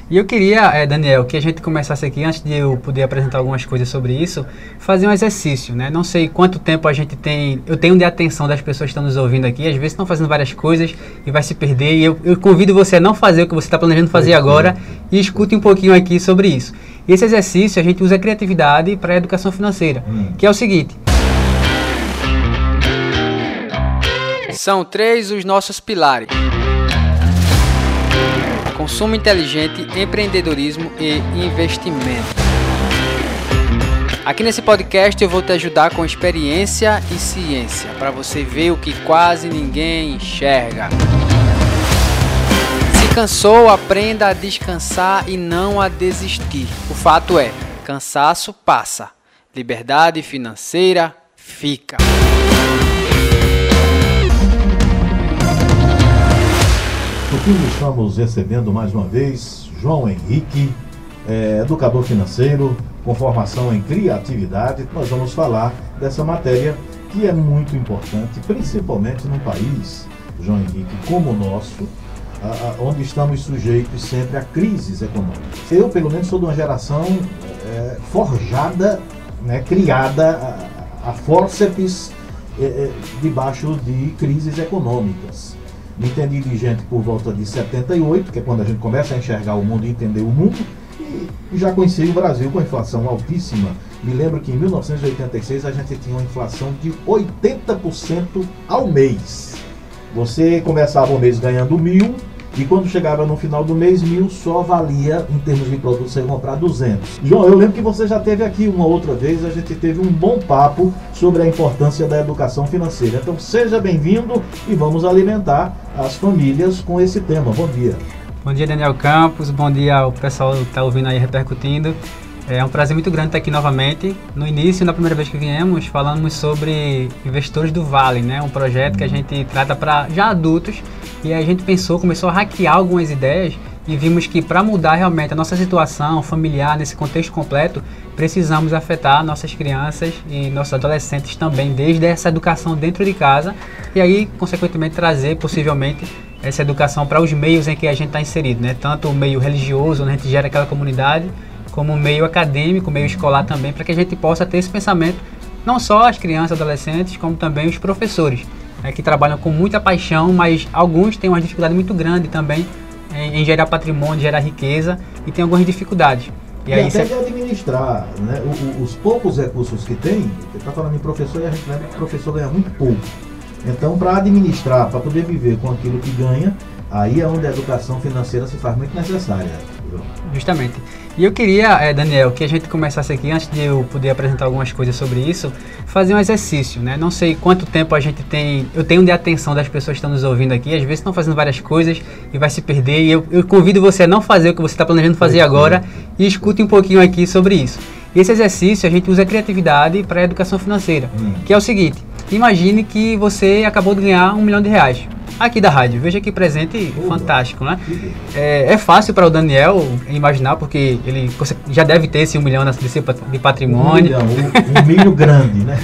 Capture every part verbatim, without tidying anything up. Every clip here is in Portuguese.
E eu queria, é, Daniel, que a gente começasse aqui, antes de eu poder apresentar algumas coisas sobre isso, fazer um exercício, né? Não sei quanto tempo a gente tem, eu tenho de atenção das pessoas que estão nos ouvindo aqui, às vezes estão fazendo várias coisas e vai se perder, e eu, eu convido você a não fazer o que você está planejando fazer agora e escute um pouquinho aqui sobre isso. E esse exercício a gente usa a criatividade para a educação financeira, hum. que é o seguinte. São três os nossos pilares: consumo inteligente, empreendedorismo e investimento. Aqui nesse podcast eu vou te ajudar com experiência e ciência, para você ver o que quase ninguém enxerga. Se cansou, aprenda a descansar e não a desistir. O fato é, cansaço passa, liberdade financeira fica. Aqui estamos recebendo mais uma vez João Henrique, é, educador financeiro, com formação em criatividade. Nós vamos falar dessa matéria que é muito importante, principalmente num país, João Henrique, como o nosso, a, a, onde estamos sujeitos sempre a crises econômicas. Eu, pelo menos, sou de uma geração é, forjada, né, criada a, a fórceps é, é, debaixo de crises econômicas. Me entendi de gente por volta de setenta e oito, que é quando a gente começa a enxergar o mundo e entender o mundo, e já conheci o Brasil com inflação altíssima. Me lembro que em mil novecentos e oitenta e seis a gente tinha uma inflação de oitenta por cento ao mês. Você começava o mês ganhando mil, e quando chegava no final do mês, mil só valia, em termos de produto, você ia comprar duzentos. João, eu lembro que você já esteve aqui uma outra vez, a gente teve um bom papo sobre a importância da educação financeira. Então seja bem-vindo e vamos alimentar as famílias com esse tema. Bom dia. Bom dia, Daniel Campos, bom dia ao pessoal que está ouvindo aí, repercutindo. É um prazer muito grande estar aqui novamente. No início, na primeira vez que viemos, falamos sobre Investidores do Vale, né? Um projeto que a gente trata para já adultos, e a gente pensou, começou a hackear algumas ideias e vimos que para mudar realmente a nossa situação familiar nesse contexto completo, precisamos afetar nossas crianças e nossos adolescentes também, desde essa educação dentro de casa, e aí, consequentemente, trazer possivelmente essa educação para os meios em que a gente está inserido, né? Tanto o meio religioso, onde a gente gera aquela comunidade, como o meio acadêmico, meio escolar também, para que a gente possa ter esse pensamento, não só as crianças e adolescentes, como também os professores, né, que trabalham com muita paixão, mas alguns têm uma dificuldade muito grande também em, em gerar patrimônio, gerar riqueza, e tem algumas dificuldades. E, e aí até de administrar, né, o, o, os poucos recursos que tem. Você está falando em professor e a gente lembra que o professor ganha muito pouco. Então, para administrar, para poder viver com aquilo que ganha, aí é onde a educação financeira se faz muito necessária. Justamente. E eu queria, é, Daniel, que a gente começasse aqui, antes de eu poder apresentar algumas coisas sobre isso, fazer um exercício, né? Não sei quanto tempo a gente tem, eu tenho de atenção das pessoas que estão nos ouvindo aqui, às vezes estão fazendo várias coisas e vai se perder, e eu, eu convido você a não fazer o que você está planejando fazer agora e escute um pouquinho aqui sobre isso. E esse exercício a gente usa a criatividade para a educação financeira, hum. que é o seguinte: imagine que você acabou de ganhar um milhão de reais. Aqui da rádio, veja que presente oh, fantástico, né? É, é fácil para o Daniel imaginar, porque ele já deve ter esse um milhão de patrimônio. Um milhão, um, um milho grande, né?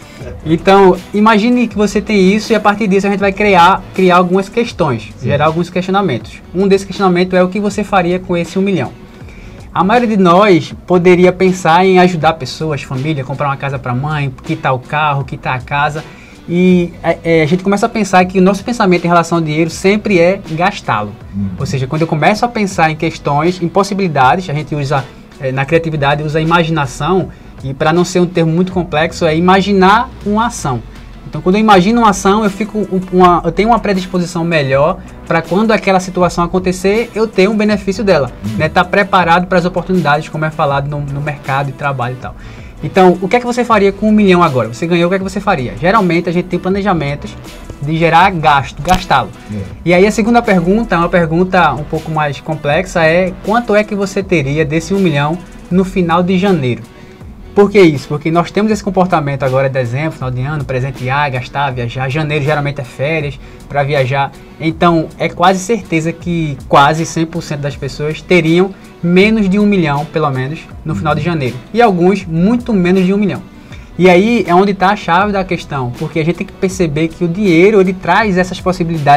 Então, imagine que você tem isso, e a partir disso a gente vai criar, criar algumas questões, Sim. gerar alguns questionamentos. Um desses questionamentos é o que você faria com esse um milhão. A maioria de nós poderia pensar em ajudar pessoas, família, comprar uma casa para a mãe, quitar o carro, quitar a casa. E é, a gente começa a pensar que o nosso pensamento em relação ao dinheiro sempre é gastá-lo. Uhum. Ou seja, quando eu começo a pensar em questões, em possibilidades, a gente usa, é, na criatividade, usa a imaginação, e para não ser um termo muito complexo, é imaginar uma ação. Então, quando eu imagino uma ação, eu, fico uma, eu tenho uma predisposição melhor para quando aquela situação acontecer, eu ter um benefício dela. Uhum. Né? Estar preparado para as oportunidades, como é falado no, no mercado de trabalho e tal. Então, o que é que você faria com um milhão agora? Você ganhou, o que é que você faria? Geralmente, a gente tem planejamentos de gerar gasto, gastá-lo. É. E aí, a segunda pergunta, uma pergunta um pouco mais complexa, é quanto é que você teria desse um milhão no final de janeiro? Por que isso? Porque nós temos esse comportamento agora, é dezembro, final de ano, presentear, gastar, viajar. Janeiro geralmente é férias para viajar. Então, é quase certeza que quase cem por cento das pessoas teriam menos de um milhão, pelo menos, no final de janeiro. E alguns, muito menos de um milhão. E aí é onde está a chave da questão, porque a gente tem que perceber que o dinheiro, ele traz essas possibilidades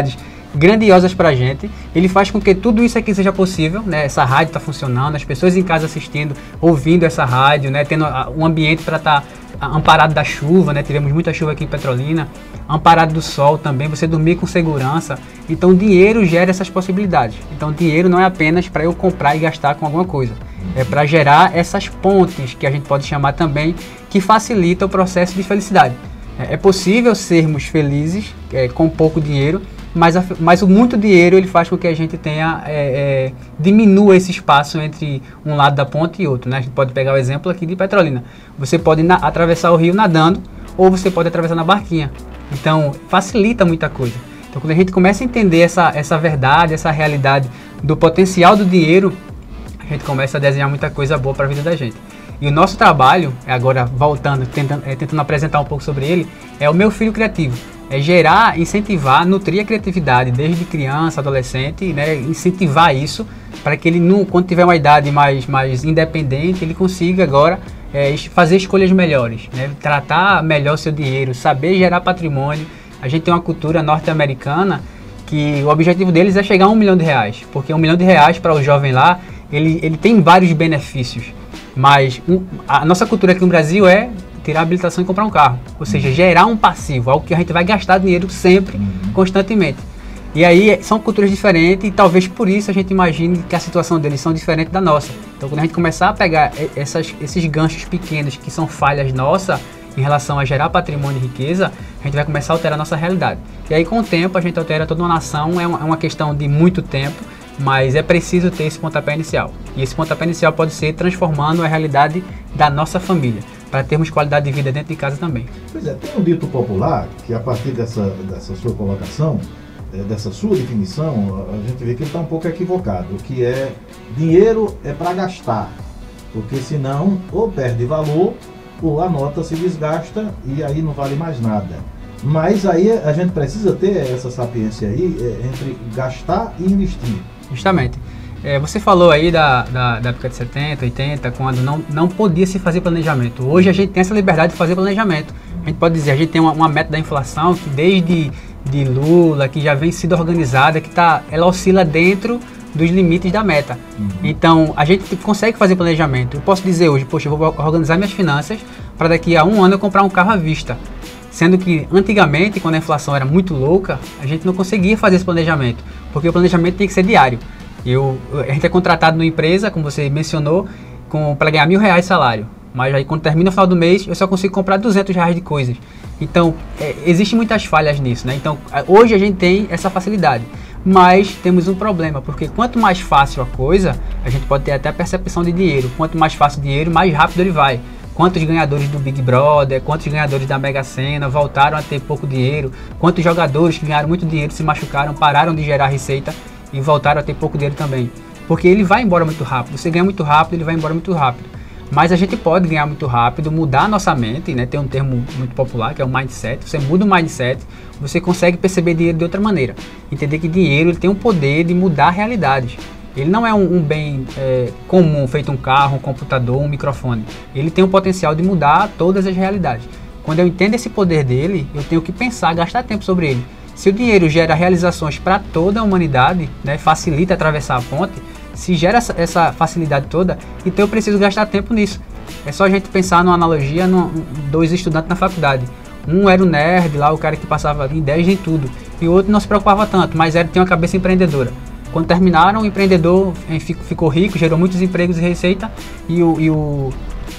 grandiosas pra gente. Ele faz com que tudo isso aqui seja possível, né? Essa rádio está funcionando, as pessoas em casa assistindo, ouvindo essa rádio, né? Tendo um ambiente para estar tá amparado da chuva, né? Tivemos muita chuva aqui em Petrolina, amparado do sol também, você dormir com segurança. Então o dinheiro gera essas possibilidades. Então o dinheiro não é apenas para eu comprar e gastar com alguma coisa. É para gerar essas pontes, que a gente pode chamar também, que facilita o processo de felicidade. É possível sermos felizes é, com pouco dinheiro, mas, a, mas o muito dinheiro ele faz com que a gente tenha, é, é, diminua esse espaço entre um lado da ponte e outro, né? A gente pode pegar o exemplo aqui de Petrolina. Você pode na, atravessar o rio nadando, ou você pode atravessar na barquinha. Então, facilita muita coisa. Então, quando a gente começa a entender essa, essa verdade, essa realidade do potencial do dinheiro, a gente começa a desenhar muita coisa boa para a vida da gente. E o nosso trabalho, agora voltando, tentando, é, tentando apresentar um pouco sobre ele, é o Meu Filho Criativo. É gerar, incentivar, nutrir a criatividade desde criança, adolescente, né? Incentivar isso para que ele, no, quando tiver uma idade mais, mais independente, ele consiga agora é, fazer escolhas melhores, né? Tratar melhor o seu dinheiro, saber gerar patrimônio. A gente tem uma cultura norte-americana que o objetivo deles é chegar a um milhão de reais, porque um milhão de reais para o jovem lá, ele, ele tem vários benefícios. Mas um, a nossa cultura aqui no Brasil é tirar a habilitação e comprar um carro. Ou seja, uhum. gerar um passivo, algo que a gente vai gastar dinheiro sempre, uhum. constantemente. E aí são culturas diferentes e talvez por isso a gente imagine que a situação deles são diferente da nossa. Então quando a gente começar a pegar essas, esses ganchos pequenos que são falhas nossas em relação a gerar patrimônio e riqueza, a gente vai começar a alterar a nossa realidade. E aí com o tempo a gente altera toda uma nação, é uma, é uma questão de muito tempo, mas é preciso ter esse pontapé inicial. E esse pontapé inicial pode ser transformando a realidade da nossa família, para termos qualidade de vida dentro de casa também. Pois é, tem um dito popular que a partir dessa, dessa sua colocação, dessa sua definição, a gente vê que ele está um pouco equivocado, que é dinheiro é para gastar, porque senão ou perde valor ou a nota se desgasta e aí não vale mais nada. Mas aí a gente precisa ter essa sapiência aí é, entre gastar e investir. Justamente. É, você falou aí da, da, da época de setenta, oitenta, quando não, não podia se fazer planejamento. Hoje a gente tem essa liberdade de fazer planejamento. A gente pode dizer, a gente tem uma, uma meta da inflação que desde de Lula, que já vem sido organizada, que tá, ela oscila dentro dos limites da meta. Uhum. Então, a gente consegue fazer planejamento. Eu posso dizer hoje, poxa, eu vou organizar minhas finanças para daqui a um ano eu comprar um carro à vista. Sendo que antigamente, quando a inflação era muito louca, a gente não conseguia fazer esse planejamento, porque o planejamento tem que ser diário. Eu, a gente é contratado numa empresa, como você mencionou, para ganhar mil reais de salário. Mas aí quando termina o final do mês, eu só consigo comprar duzentos reais de coisas. Então, é, existem muitas falhas nisso, né? Então, hoje a gente tem essa facilidade. Mas temos um problema, porque quanto mais fácil a coisa, a gente pode ter até a percepção de dinheiro. Quanto mais fácil o dinheiro, mais rápido ele vai. Quantos ganhadores do Big Brother, quantos ganhadores da Mega Sena voltaram a ter pouco dinheiro, quantos jogadores que ganharam muito dinheiro se machucaram, pararam de gerar receita e voltaram a ter pouco dinheiro também. Porque ele vai embora muito rápido, você ganha muito rápido, ele vai embora muito rápido. Mas a gente pode ganhar muito rápido, mudar a nossa mente, né? Tem um termo muito popular que é o mindset. Você muda o mindset, você consegue perceber dinheiro de outra maneira. Entender que dinheiro ele tem o poder de mudar realidades. Ele não é um, um bem é, comum, feito um carro, um computador, um microfone. Ele tem o potencial de mudar todas as realidades. Quando eu entendo esse poder dele, eu tenho que pensar, gastar tempo sobre ele. Se o dinheiro gera realizações para toda a humanidade, né, facilita atravessar a ponte, se gera essa, essa facilidade toda, então eu preciso gastar tempo nisso. É só a gente pensar numa analogia, num, dois estudantes na faculdade. Um era o nerd lá, o cara que passava em dez em tudo, e o outro não se preocupava tanto, mas era, tinha uma cabeça empreendedora. Quando terminaram, o empreendedor ficou rico, gerou muitos empregos e receita, e o, e o,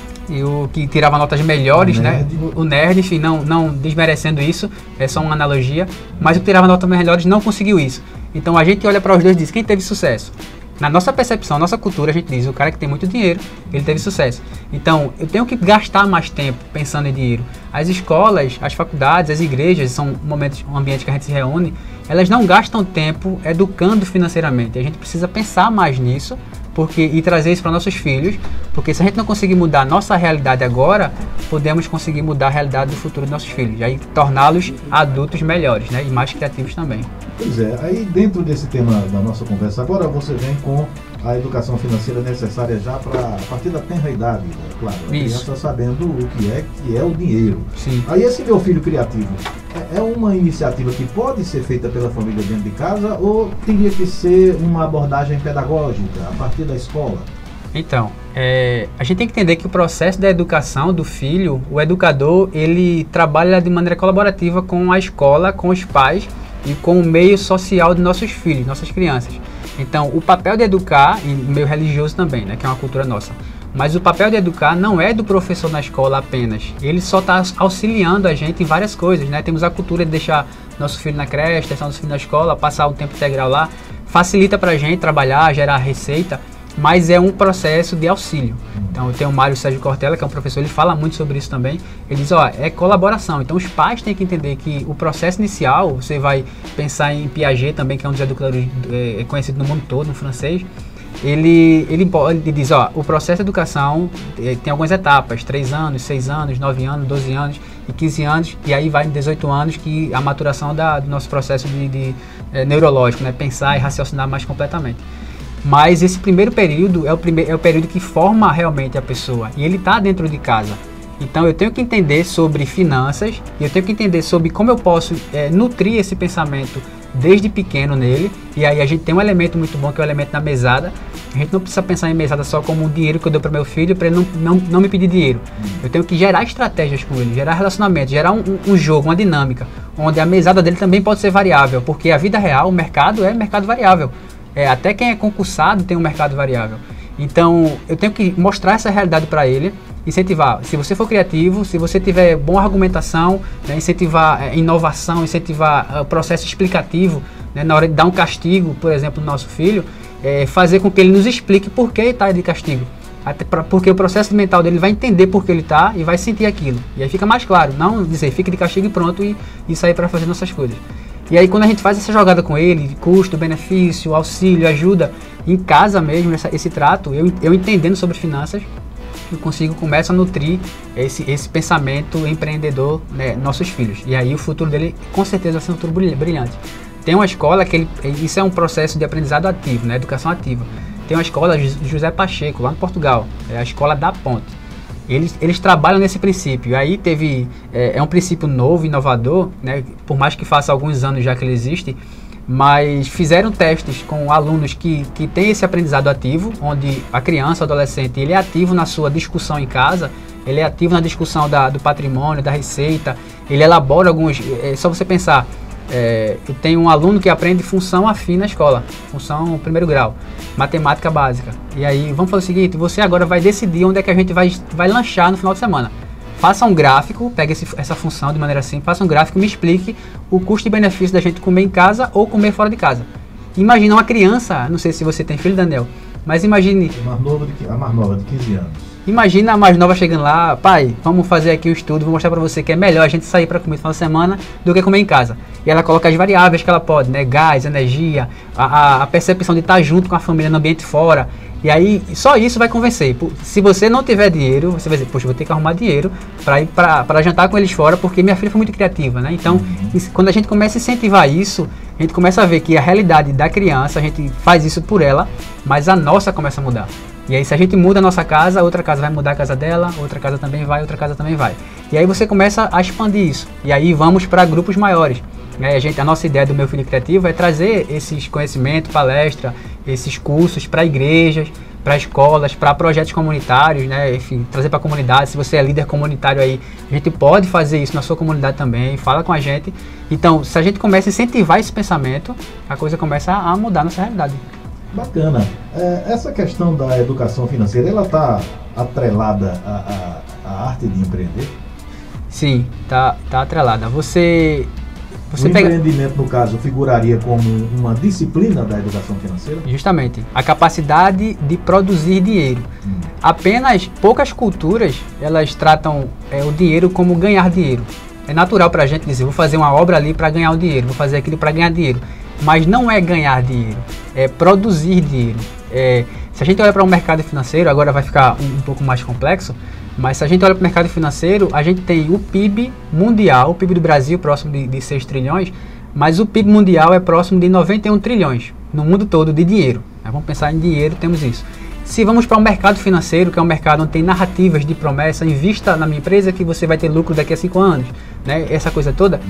e o que tirava notas melhores, o né? O, o nerd, enfim, não, não desmerecendo isso, é só uma analogia, mas o que tirava notas melhores não conseguiu isso. Então a gente olha para os dois e diz, quem teve sucesso? Na nossa percepção, nossa cultura, a gente diz, o cara que tem muito dinheiro, ele teve sucesso. Então, eu tenho que gastar mais tempo pensando em dinheiro. As escolas, as faculdades, as igrejas, são momentos, um ambiente que a gente se reúne, elas não gastam tempo educando financeiramente. A gente precisa pensar mais nisso porque, e trazer isso para nossos filhos, porque se a gente não conseguir mudar a nossa realidade agora, podemos conseguir mudar a realidade do futuro dos nossos filhos, e aí torná-los adultos melhores, né, e mais criativos também. Pois é, aí dentro desse tema da nossa conversa agora, você vem com a educação financeira necessária já para a partir da tenra idade, né? Claro, a Isso. criança sabendo o que é, que é o dinheiro. Sim. Aí esse meu filho criativo, é uma iniciativa que pode ser feita pela família dentro de casa ou teria que ser uma abordagem pedagógica a partir da escola? Então, é, a gente tem que entender que o processo da educação do filho, o educador, ele trabalha de maneira colaborativa com a escola, com os pais e com o meio social de nossos filhos, nossas crianças. Então, o papel de educar, e o meio religioso também, né, que é uma cultura nossa, mas o papel de educar não é do professor na escola apenas, ele só está auxiliando a gente em várias coisas, né? Temos a cultura de deixar nosso filho na creche, deixar nosso filho na escola, passar um tempo integral lá, facilita para a gente trabalhar, gerar receita, mas é um processo de auxílio. Então eu tenho o Mário Sérgio Cortella, que é um professor, ele fala muito sobre isso também. Ele diz, ó, é colaboração. Então os pais têm que entender que o processo inicial, você vai pensar em Piaget também, que é um dos educadores é, conhecido no mundo todo, no francês. Ele, ele, ele diz, ó, o processo de educação é, tem algumas etapas, três anos, seis anos, nove anos, doze anos e quinze anos, e aí vai em dezoito anos, que a maturação da, do nosso processo de, de é, neurológico, né, pensar e raciocinar mais completamente. Mas esse primeiro período é o, primeiro, é o período que forma realmente a pessoa, e ele está dentro de casa. Então eu tenho que entender sobre finanças, e eu tenho que entender sobre como eu posso é, nutrir esse pensamento desde pequeno nele, e aí a gente tem um elemento muito bom, que é o elemento da mesada. A gente não precisa pensar em mesada só como um dinheiro que eu dou para meu filho, para ele não, não, não me pedir dinheiro. Eu tenho que gerar estratégias com ele, gerar relacionamento, gerar um, um, um jogo, uma dinâmica, onde a mesada dele também pode ser variável, porque a vida real, o mercado é mercado variável. É, até quem é concursado tem um mercado variável. Então eu tenho que mostrar essa realidade para ele, incentivar. Se você for criativo, se você tiver boa argumentação, né, incentivar é, inovação, incentivar o uh, processo explicativo, né, na hora de dar um castigo, por exemplo, no nosso filho, é, fazer com que ele nos explique por que está de castigo. Até pra, porque o processo mental dele vai entender por que ele está e vai sentir aquilo. E aí fica mais claro, não dizer fique de castigo e pronto e, e sair para fazer nossas coisas. E aí quando a gente faz essa jogada com ele, custo, benefício, auxílio, ajuda, em casa mesmo, essa, esse trato, eu, eu entendendo sobre finanças, eu consigo, começo a nutrir esse, esse pensamento empreendedor, né, nossos filhos. E aí o futuro dele com certeza vai ser um futuro brilhante. Tem uma escola que ele, isso é um processo de aprendizado ativo, né, educação ativa. Tem uma escola, José Pacheco, lá no Portugal, é a escola da Ponte. Eles, eles trabalham nesse princípio. Aí teve, é, é um princípio novo, inovador, né, por mais que faça alguns anos já que ele existe, mas fizeram testes com alunos que, que têm esse aprendizado ativo, onde a criança, o adolescente, ele é ativo na sua discussão em casa, ele é ativo na discussão da, do patrimônio, da receita, ele elabora alguns, é só você pensar, é, eu tenho um aluno que aprende função afim na escola, função primeiro grau, matemática básica, e aí vamos fazer o seguinte, você agora vai decidir onde é que a gente vai, vai lanchar no final de semana. Faça um gráfico, pegue esse, essa função de maneira assim, faça um gráfico e me explique o custo e benefício da gente comer em casa ou comer fora de casa. Imagina uma criança, não sei se você tem filho, Daniel, mas imagine... A mais nova de, a mais nova de quinze anos. Imagina a mais nova chegando lá, pai, vamos fazer aqui um estudo, vou mostrar pra você que é melhor a gente sair para comer no final de semana do que comer em casa. E ela coloca as variáveis que ela pode, né, gás, energia, a, a, a percepção de estar junto com a família no ambiente fora. E aí, só isso vai convencer. Se você não tiver dinheiro, você vai dizer, poxa, vou ter que arrumar dinheiro para ir para jantar com eles fora, porque minha filha foi muito criativa, né? Então, uhum. Quando a gente começa a incentivar isso, a gente começa a ver que a realidade da criança, a gente faz isso por ela, mas a nossa começa a mudar. E aí, se a gente muda a nossa casa, outra casa vai mudar a casa dela, outra casa também vai, outra casa também vai. E aí você começa a expandir isso. E aí vamos para grupos maiores. A, gente, a nossa ideia do Meu Filho Criativo é trazer esses conhecimentos, palestra, esses cursos para igrejas, para escolas, para projetos comunitários, né? Enfim, trazer para a comunidade. Se você é líder comunitário aí, a gente pode fazer isso na sua comunidade também, fala com a gente. Então, se a gente começa a incentivar esse pensamento, a coisa começa a mudar a nossa realidade. Bacana. É, essa questão da educação financeira, ela está atrelada à, à, à arte de empreender? Sim, está tá atrelada. Você... Você o pega... empreendimento, no caso, figuraria como uma disciplina da educação financeira? Justamente, a capacidade de produzir dinheiro. Hum. Apenas poucas culturas, elas tratam é, o dinheiro como ganhar dinheiro. É natural para a gente dizer, vou fazer uma obra ali para ganhar o dinheiro, vou fazer aquilo para ganhar dinheiro. Mas não é ganhar dinheiro, é produzir dinheiro. É, se a gente olha para o mercado financeiro, agora vai ficar um, um pouco mais complexo, mas se a gente olha para o mercado financeiro, a gente tem o P I B mundial, o P I B do Brasil próximo de, de seis trilhões, mas o P I B mundial é próximo de noventa e um trilhões, no mundo todo de dinheiro. Vamos pensar em dinheiro, temos isso. Se vamos para o mercado financeiro, que é um mercado onde tem narrativas de promessa, invista na minha empresa que você vai ter lucro daqui a cinco anos, né? Essa coisa toda,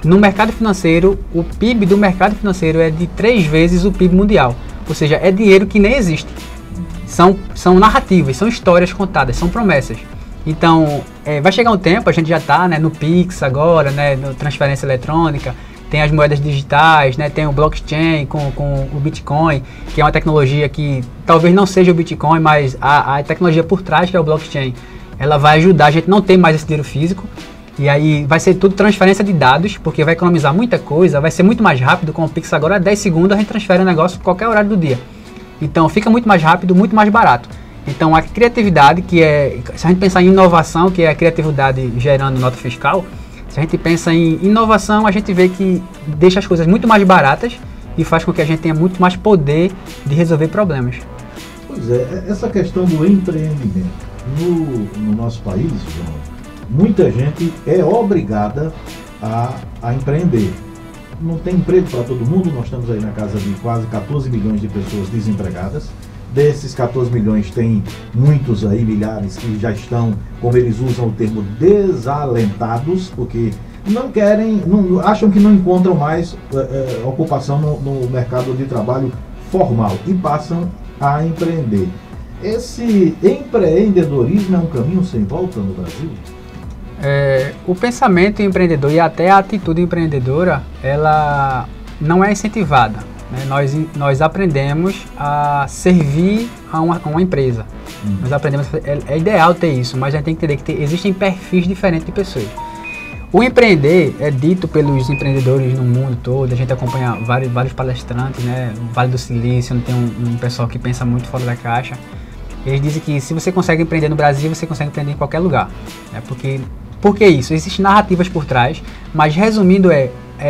no mercado financeiro, o P I B do mercado financeiro é de três vezes o P I B mundial. Ou seja, é dinheiro que nem existe. São, são narrativas, são histórias contadas, são promessas. Então, é, vai chegar um tempo, a gente já está, né, no Pix agora, né, no transferência eletrônica, tem as moedas digitais, né, tem o blockchain com, com o Bitcoin, que é uma tecnologia que talvez não seja o Bitcoin, mas a, a tecnologia por trás, que é o blockchain, ela vai ajudar a gente não ter mais esse dinheiro físico. E aí vai ser tudo transferência de dados, porque vai economizar muita coisa, vai ser muito mais rápido. Com o Pix agora, dez segundos a gente transfere o negócio em qualquer horário do dia. Então fica muito mais rápido, muito mais barato. Então a criatividade, que é, se a gente pensar em inovação, que é a criatividade gerando nota fiscal, se a gente pensa em inovação, a gente vê que deixa as coisas muito mais baratas e faz com que a gente tenha muito mais poder de resolver problemas. Pois é, essa questão do empreendimento no, no nosso país, João, muita gente é obrigada a, a empreender. Não tem emprego para todo mundo, nós estamos aí na casa de quase quatorze milhões de pessoas desempregadas. Desses quatorze milhões tem muitos aí, milhares, que já estão, como eles usam o termo, desalentados, porque não querem, não, acham que não encontram mais é, é, ocupação no, no mercado de trabalho formal e passam a empreender. Esse empreendedorismo é um caminho sem volta no Brasil? É, o pensamento empreendedor e até a atitude empreendedora, ela não é incentivada. Né? Nós, nós aprendemos a servir a uma, a uma empresa. Hum. Nós aprendemos, é, é ideal ter isso, mas a gente tem que entender que tem, existem perfis diferentes de pessoas. O empreender é dito pelos empreendedores no mundo todo, a gente acompanha vários, vários palestrantes, né? O Vale do Silício, onde tem um, um pessoal que pensa muito fora da caixa. Eles dizem que se você consegue empreender no Brasil, você consegue empreender em qualquer lugar. Né? Porque, por que isso? Existem narrativas por trás, mas resumindo é,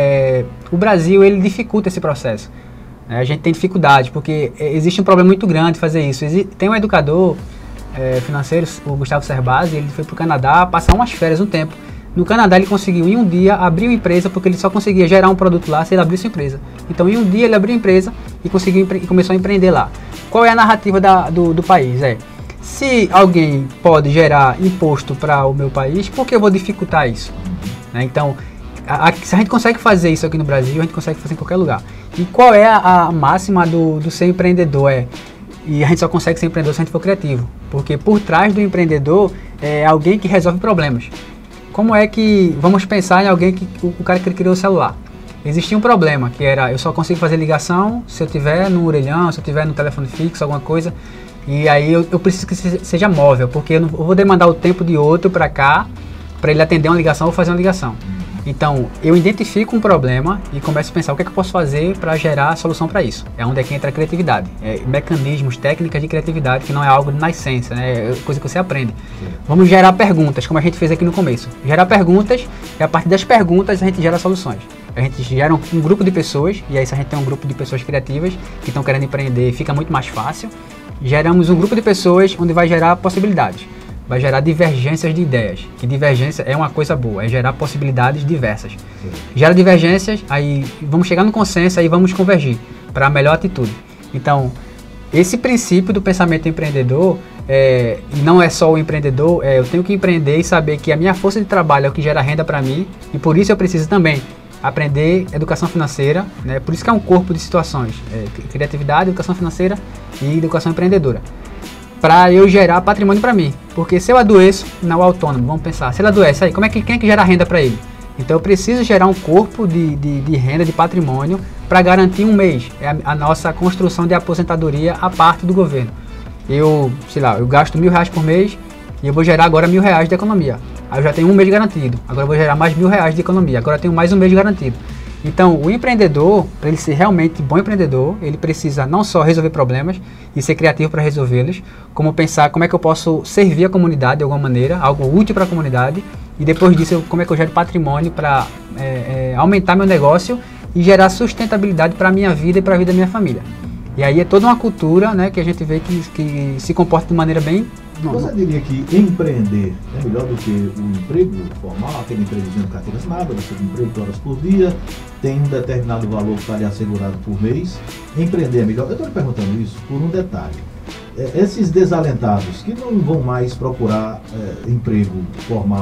é o Brasil ele dificulta esse processo. É, a gente tem dificuldade, porque existe um problema muito grande de fazer isso. Existe, tem um educador é, financeiro, o Gustavo Cerbasi, ele foi para o Canadá passar umas férias um tempo. No Canadá ele conseguiu em um dia abrir uma empresa, porque ele só conseguia gerar um produto lá se ele abrisse uma empresa. Então em um dia ele abriu a empresa e, conseguiu, e começou a empreender lá. Qual é a narrativa da, do, do país? É, se alguém pode gerar imposto para o meu país, por que eu vou dificultar isso? Né? Então, a, a, se a gente consegue fazer isso aqui no Brasil, a gente consegue fazer em qualquer lugar. E qual é a, a máxima do, do ser empreendedor? É, e a gente só consegue ser empreendedor se a gente for criativo. Porque por trás do empreendedor é alguém que resolve problemas. Como é que, vamos pensar em alguém que, o, o cara que criou o celular. Existia um problema, que era, eu só consigo fazer ligação se eu tiver no orelhão, se eu tiver no telefone fixo, alguma coisa. E aí eu, eu preciso que seja móvel, porque eu não eu vou demandar o tempo de outro para cá, para ele atender uma ligação ou fazer uma ligação. Então, eu identifico um problema e começo a pensar o que é que eu posso fazer para gerar a solução para isso. É onde é que entra a criatividade. É mecanismos, técnicas de criatividade, que não é algo de nascença, né? É coisa que você aprende. Sim. Vamos gerar perguntas, como a gente fez aqui no começo. Gerar perguntas e a partir das perguntas a gente gera soluções. A gente gera um, um grupo de pessoas, e aí se a gente tem um grupo de pessoas criativas que estão querendo empreender, fica muito mais fácil. Geramos um grupo de pessoas onde vai gerar possibilidades. Vai gerar divergências de ideias, que divergência é uma coisa boa, é gerar possibilidades diversas. Sim. Gera divergências, aí vamos chegar no consenso, aí vamos convergir para a melhor atitude. Então, esse princípio do pensamento empreendedor, é, não é só o empreendedor, é, eu tenho que empreender e saber que a minha força de trabalho é o que gera renda para mim, e por isso eu preciso também aprender educação financeira, né? Por isso que é um corpo de situações, é, criatividade, educação financeira e educação empreendedora. Para eu gerar patrimônio para mim, porque se eu adoeço, não é autônomo, vamos pensar, se ele adoece, aí como é que, quem é que gera renda para ele? Então eu preciso gerar um corpo de, de, de renda, de patrimônio, para garantir um mês, é a, a nossa construção de aposentadoria a parte do governo. Eu, sei lá, eu gasto mil reais por mês e eu vou gerar agora mil reais de economia, aí eu já tenho um mês garantido, agora eu vou gerar mais mil reais de economia, agora eu tenho mais um mês garantido. Então, o empreendedor, para ele ser realmente bom empreendedor, ele precisa não só resolver problemas e ser criativo para resolvê-los, como pensar como é que eu posso servir a comunidade de alguma maneira, algo útil para a comunidade, e depois disso, como é que eu gero patrimônio para é, é, aumentar meu negócio e gerar sustentabilidade para a minha vida e para a vida da minha família. E aí é toda uma cultura, né, que a gente vê que, que se comporta de maneira bem... Você diria que empreender é melhor do que o emprego formal, aquele empregozinho de carteira assinada, você tem emprego horas por dia, tem um determinado valor que está lhe assegurado por mês. Empreender é melhor? Eu estou lhe perguntando isso por um detalhe. É, esses desalentados que não vão mais procurar é, emprego formal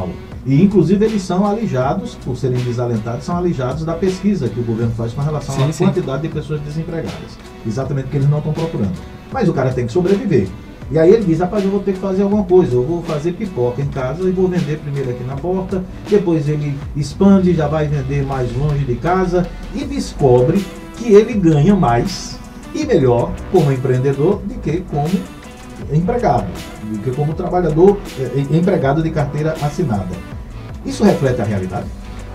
E, inclusive, eles são alijados, por serem desalentados, são alijados da pesquisa que o governo faz com relação sim, à sim. quantidade de pessoas desempregadas. Exatamente porque eles não estão procurando. Mas o cara tem que sobreviver. E aí ele diz, rapaz, eu vou ter que fazer alguma coisa, eu vou fazer pipoca em casa e vou vender primeiro aqui na porta, depois ele expande, já vai vender mais longe de casa e descobre que ele ganha mais e melhor como empreendedor do que como empregado, do que como trabalhador, eh, empregado de carteira assinada. Isso reflete a realidade?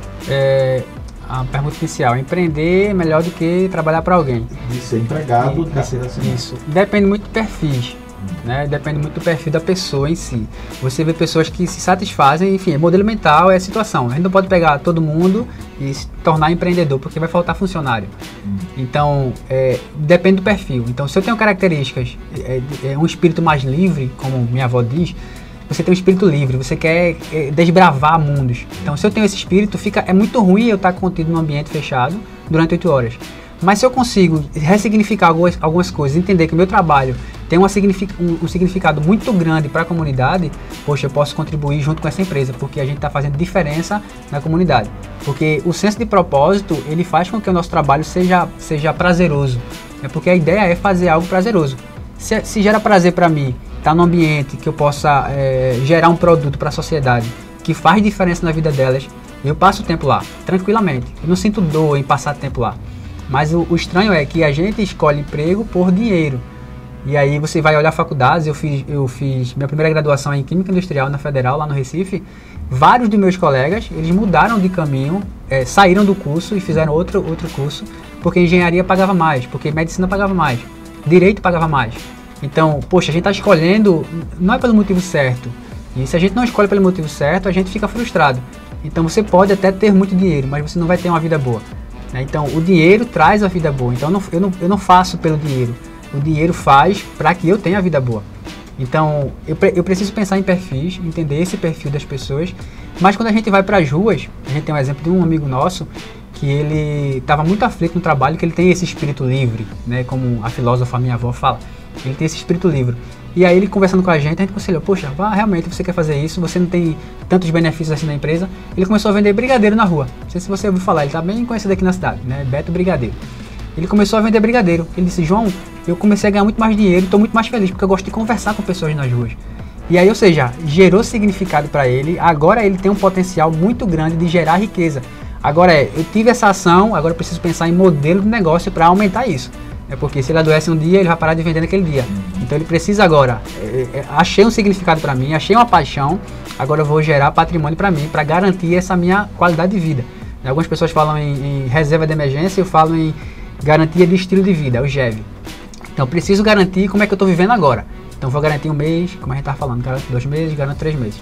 É, a pergunta inicial, empreender é melhor do que trabalhar para alguém. De ser empregado e, de carteira assinada. Isso, depende muito do perfil. Né? Depende muito do perfil da pessoa em si. Você vê pessoas que se satisfazem, enfim, modelo mental é a situação. A gente não pode pegar todo mundo e se tornar empreendedor, porque vai faltar funcionário. Hum. Então, é, depende do perfil. Então, se eu tenho características, é, é um espírito mais livre, como minha avó diz, você tem um espírito livre, você quer é, desbravar mundos. Então, se eu tenho esse espírito, fica, é muito ruim eu estar contido num ambiente fechado durante oito horas. Mas se eu consigo ressignificar algumas, algumas coisas, entender que o meu trabalho tem uma signific, um, um significado muito grande para a comunidade, poxa, eu posso contribuir junto com essa empresa, porque a gente está fazendo diferença na comunidade. Porque o senso de propósito, ele faz com que o nosso trabalho seja, seja prazeroso. É porque a ideia é fazer algo prazeroso. Se, se gera prazer para mim, estar tá num ambiente que eu possa é, gerar um produto para a sociedade, que faz diferença na vida delas, eu passo o tempo lá, tranquilamente. Eu não sinto dor em passar tempo lá. Mas o, o estranho é que a gente escolhe emprego por dinheiro. E aí você vai olhar faculdades, eu fiz, eu fiz minha primeira graduação em Química Industrial na Federal, lá no Recife. Vários dos meus colegas, eles mudaram de caminho, é, saíram do curso e fizeram outro, outro curso, porque engenharia pagava mais, porque medicina pagava mais, direito pagava mais. Então, poxa, a gente está escolhendo, não é pelo motivo certo. E se a gente não escolhe pelo motivo certo, a gente fica frustrado. Então você pode até ter muito dinheiro, mas você não vai ter uma vida boa. Então, o dinheiro traz a vida boa. Então, eu não, eu não, eu não faço pelo dinheiro. O dinheiro faz para que eu tenha a vida boa. Então, eu, eu preciso pensar em perfis, entender esse perfil das pessoas. Mas quando a gente vai para as ruas, a gente tem um exemplo de um amigo nosso que ele estava muito aflito no trabalho, que ele tem esse espírito livre, né? Como a filósofa, a minha avó, fala. Ele tem esse espírito livre. E aí, ele conversando com a gente, a gente aconselhou, poxa, vá, realmente, você quer fazer isso, você não tem tantos benefícios assim na empresa. Ele começou a vender brigadeiro na rua. Não sei se você ouviu falar, ele está bem conhecido aqui na cidade, né? Beto Brigadeiro. Ele começou a vender brigadeiro. Ele disse, João, eu comecei a ganhar muito mais dinheiro e estou muito mais feliz, porque eu gosto de conversar com pessoas nas ruas. E aí, ou seja, gerou significado para ele. Agora ele tem um potencial muito grande de gerar riqueza. Agora é, eu tive essa ação, agora eu preciso pensar em modelo de negócio para aumentar isso. É porque se ele adoece um dia, ele vai parar de vender naquele dia. Então ele precisa agora, é, é, achei um significado para mim, achei uma paixão, agora eu vou gerar patrimônio para mim, para garantir essa minha qualidade de vida. Algumas pessoas falam em, em reserva de emergência, eu falo em garantia de estilo de vida, é o G E V. Então eu preciso garantir como é que eu estou vivendo agora. Então vou garantir um mês, como a gente estava falando, garanto dois meses, garanto três meses.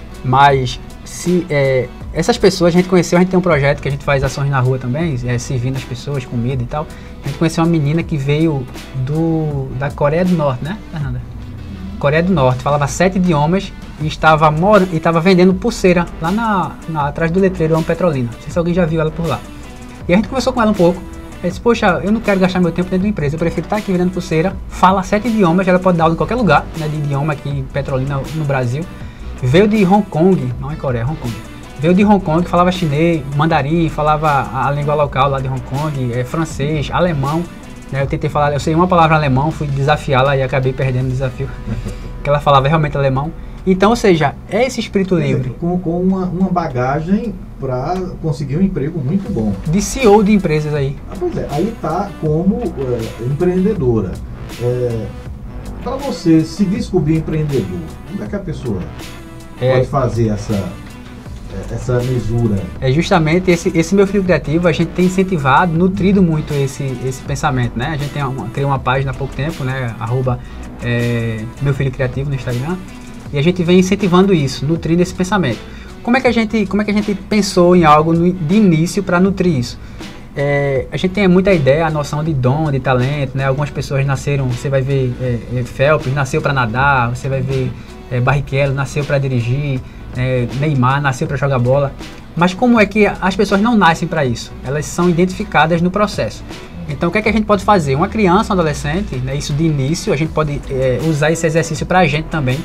Mas se é, essas pessoas, a gente conheceu, a gente tem um projeto que a gente faz ações na rua também, é, servindo as pessoas, comida e tal. A gente conheceu uma menina que veio do, da Coreia do Norte, né, Fernanda? Coreia do Norte, falava sete idiomas e estava, mor e estava vendendo pulseira lá na, na, atrás do letreiro Amo Petrolina. Não sei se alguém já viu ela por lá. E a gente conversou com ela um pouco. Ela disse, poxa, eu não quero gastar meu tempo dentro da empresa, eu prefiro estar aqui vendendo pulseira, fala sete idiomas, ela pode dar aula em qualquer lugar, né, de idioma aqui em Petrolina, no Brasil. Veio de Hong Kong, não é Coreia, é Hong Kong. Veio de Hong Kong, falava chinês, mandarim, falava a língua local lá de Hong Kong, é, francês, alemão. Né, eu tentei falar, eu sei uma palavra alemão, fui desafiá-la e acabei perdendo o desafio. Que ela falava realmente alemão. Então, ou seja, é esse espírito livre. Com, com uma, uma bagagem para conseguir um emprego muito bom. De C E O de empresas aí. Ah, pois é, aí tá como é, empreendedora. É, para você se descobrir empreendedor, como é que a pessoa é, pode fazer essa, essa mesura? É justamente esse, esse meu filho criativo, a gente tem incentivado, nutrido muito esse, esse pensamento, né? A gente tem uma, criou uma página há pouco tempo, né? Arroba é, meu filho criativo no Instagram. E a gente vem incentivando isso, nutrindo esse pensamento. Como é que a gente, como é que a gente pensou em algo no, de início para nutrir isso? É, a gente tem muita ideia, a noção de dom, de talento, né? Algumas pessoas nasceram, você vai ver é, é, Phelps, nasceu para nadar, você vai ver é, Barrichello, nasceu para dirigir, é, Neymar, nasceu para jogar bola. Mas como é que as pessoas não nascem para isso? Elas são identificadas no processo. Então o que é que a gente pode fazer? Uma criança, um adolescente, né, isso de início, a gente pode é, usar esse exercício para a gente também,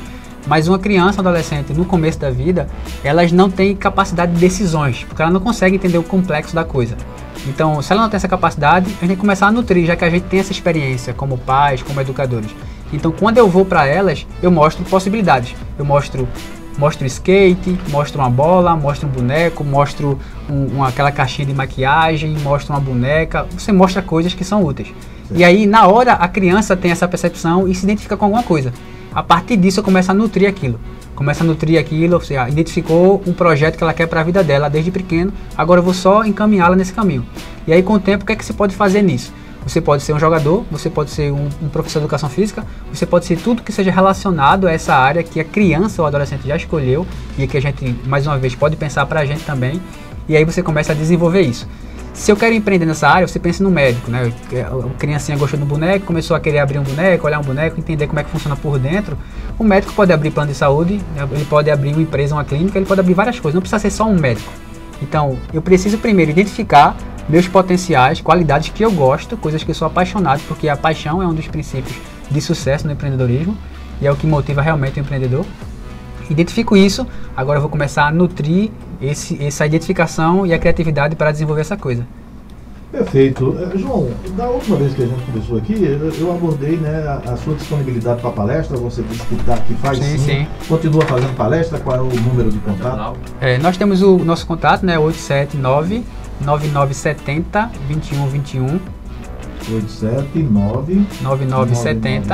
Mas uma criança, um adolescente, no começo da vida, elas não têm capacidade de decisões, porque ela não consegue entender o complexo da coisa. Então, se ela não tem essa capacidade, a gente tem que começar a nutrir, já que a gente tem essa experiência como pais, como educadores. Então, quando eu vou para elas, eu mostro possibilidades. Eu mostro, mostro skate, mostro uma bola, mostro um boneco, mostro um, um, aquela caixinha de maquiagem, mostro uma boneca. Você mostra coisas que são úteis. Sim. E aí, na hora, a criança tem essa percepção e se identifica com alguma coisa. A partir disso, eu começo a nutrir aquilo. Começa a nutrir aquilo, você identificou um projeto que ela quer para a vida dela desde pequeno, agora eu vou só encaminhá-la nesse caminho. E aí, com o tempo, o que é que você pode fazer nisso? Você pode ser um jogador, você pode ser um, um professor de educação física, você pode ser tudo que seja relacionado a essa área que a criança ou adolescente já escolheu e que a gente, mais uma vez, pode pensar para a gente também. E aí você começa a desenvolver isso. Se eu quero empreender nessa área, você pensa no médico, né? A criancinha gostou do boneco, começou a querer abrir um boneco, olhar um boneco, entender como é que funciona por dentro. O médico pode abrir plano de saúde, ele pode abrir uma empresa, uma clínica, ele pode abrir várias coisas, não precisa ser só um médico. Então, eu preciso primeiro identificar meus potenciais, qualidades que eu gosto, coisas que eu sou apaixonado, porque a paixão é um dos princípios de sucesso no empreendedorismo e é o que motiva realmente o empreendedor. Identifico isso, agora eu vou começar a nutrir esse, essa identificação e a criatividade para desenvolver essa coisa. Perfeito. João, da última vez que a gente conversou aqui, eu, eu abordei, né, a, a sua disponibilidade para palestra. Você disse que, tá, que faz sim, sim. sim. Continua fazendo palestra. Qual é o número de contato? É, nós temos o nosso contato, né, oito sete nove, nove nove sete zero, dois um dois um. oito sete nove, nove nove sete zero,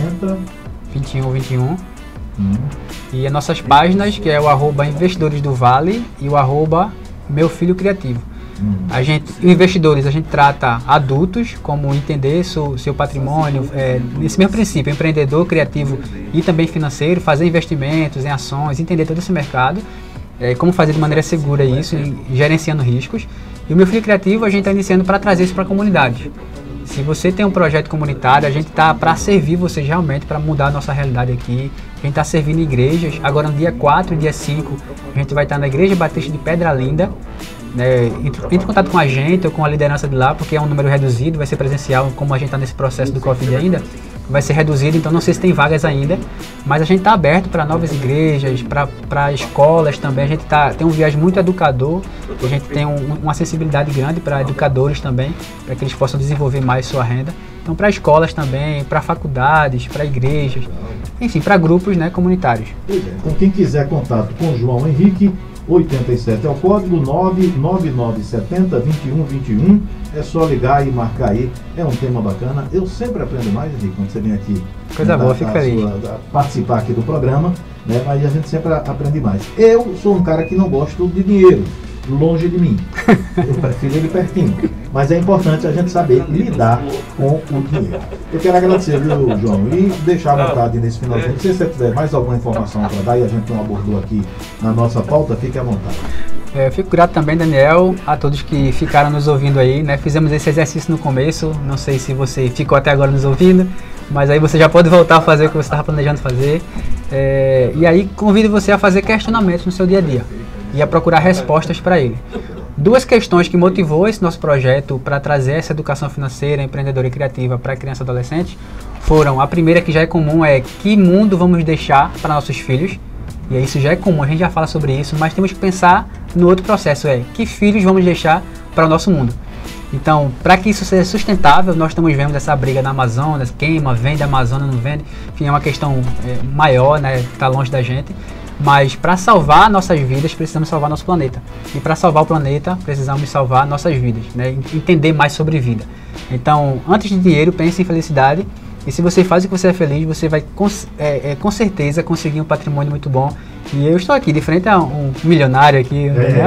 dois um dois um. Hum. E as nossas páginas, que é o arroba Investidores do Vale e o arroba Meu Filho Criativo. Hum. A gente, investidores, a gente trata adultos, como entender seu, seu patrimônio, é, nesse mesmo princípio, empreendedor, criativo e também financeiro, fazer investimentos em ações, entender todo esse mercado, é, como fazer de maneira segura isso, e gerenciando riscos. E o Meu Filho Criativo a gente está iniciando para trazer isso para a comunidade. Se você tem um projeto comunitário, a gente está para servir vocês realmente, para mudar a nossa realidade aqui. A gente está servindo igrejas. Agora no dia quatro e dia cinco, a gente vai estar na Igreja Batista de Pedra Linda. Né? Entre, entre em contato com a gente ou com a liderança de lá, porque é um número reduzido, vai ser presencial, como a gente está nesse processo do Covid ainda. Vai ser reduzido, então não sei se tem vagas ainda, mas a gente está aberto para novas igrejas, para escolas também. A gente tá, tem um viés muito educador, a gente tem um, uma sensibilidade grande para educadores também, para que eles possam desenvolver mais sua renda. Então, para escolas também, para faculdades, para igrejas, enfim, para grupos, né, comunitários. Então, quem quiser contato com o João Henrique, oitenta e sete é o código, nove nove nove sete zero, dois um dois um. É só ligar e marcar aí. É um tema bacana. Eu sempre aprendo mais, Henrique, quando você vem aqui. Coisa boa, fico feliz. Sua, participar aqui do programa, né? Mas a gente sempre aprende mais. Eu sou um cara que não gosto de dinheiro, longe de mim. Eu prefiro ele pertinho. Mas é importante a gente saber lidar com o dinheiro. Eu quero agradecer, viu, João? E deixar à vontade nesse finalzinho. Se você tiver mais alguma informação para dar e a gente não abordou aqui na nossa pauta, fique à vontade. É, eu fico grato também, Daniel, a todos que ficaram nos ouvindo aí, né? Fizemos esse exercício no começo, não sei se você ficou até agora nos ouvindo, mas aí você já pode voltar a fazer o que você estava planejando fazer. É, e aí convido você a fazer questionamentos no seu dia a dia e a procurar respostas para ele. Duas questões que motivou esse nosso projeto para trazer essa educação financeira, empreendedora e criativa para criança e adolescente foram: a primeira, que já é comum, é que mundo vamos deixar para nossos filhos. E isso já é comum, a gente já fala sobre isso, mas temos que pensar no outro processo, é que filhos vamos deixar para o nosso mundo. Então, para que isso seja sustentável, nós estamos vendo essa briga na Amazônia, queima, vende a Amazônia, não vende, enfim, é uma questão é, maior, né, que está longe da gente. Mas para salvar nossas vidas, precisamos salvar nosso planeta. E para salvar o planeta, precisamos salvar nossas vidas, né, entender mais sobre vida. Então, antes de dinheiro, pense em felicidade. E se você faz o que você é feliz, você vai com, é, é, com certeza conseguir um patrimônio muito bom. E eu estou aqui de frente a um milionário aqui. É,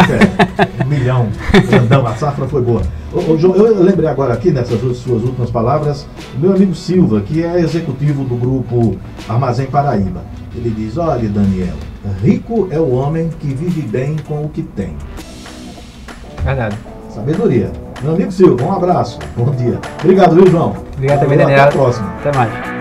é, um milhão. Grandão, a safra foi boa. Ô, ô, João, eu lembrei agora aqui, nessas suas últimas palavras, o meu amigo Silva, que é executivo do grupo Armazém Paraíba. Ele diz: olha, Daniel, rico é o homem que vive bem com o que tem. Verdade. Sabedoria. Meu amigo Silva, um abraço. Bom dia. Obrigado, viu, João? Obrigado também, Daniel. Até a próxima. Até mais.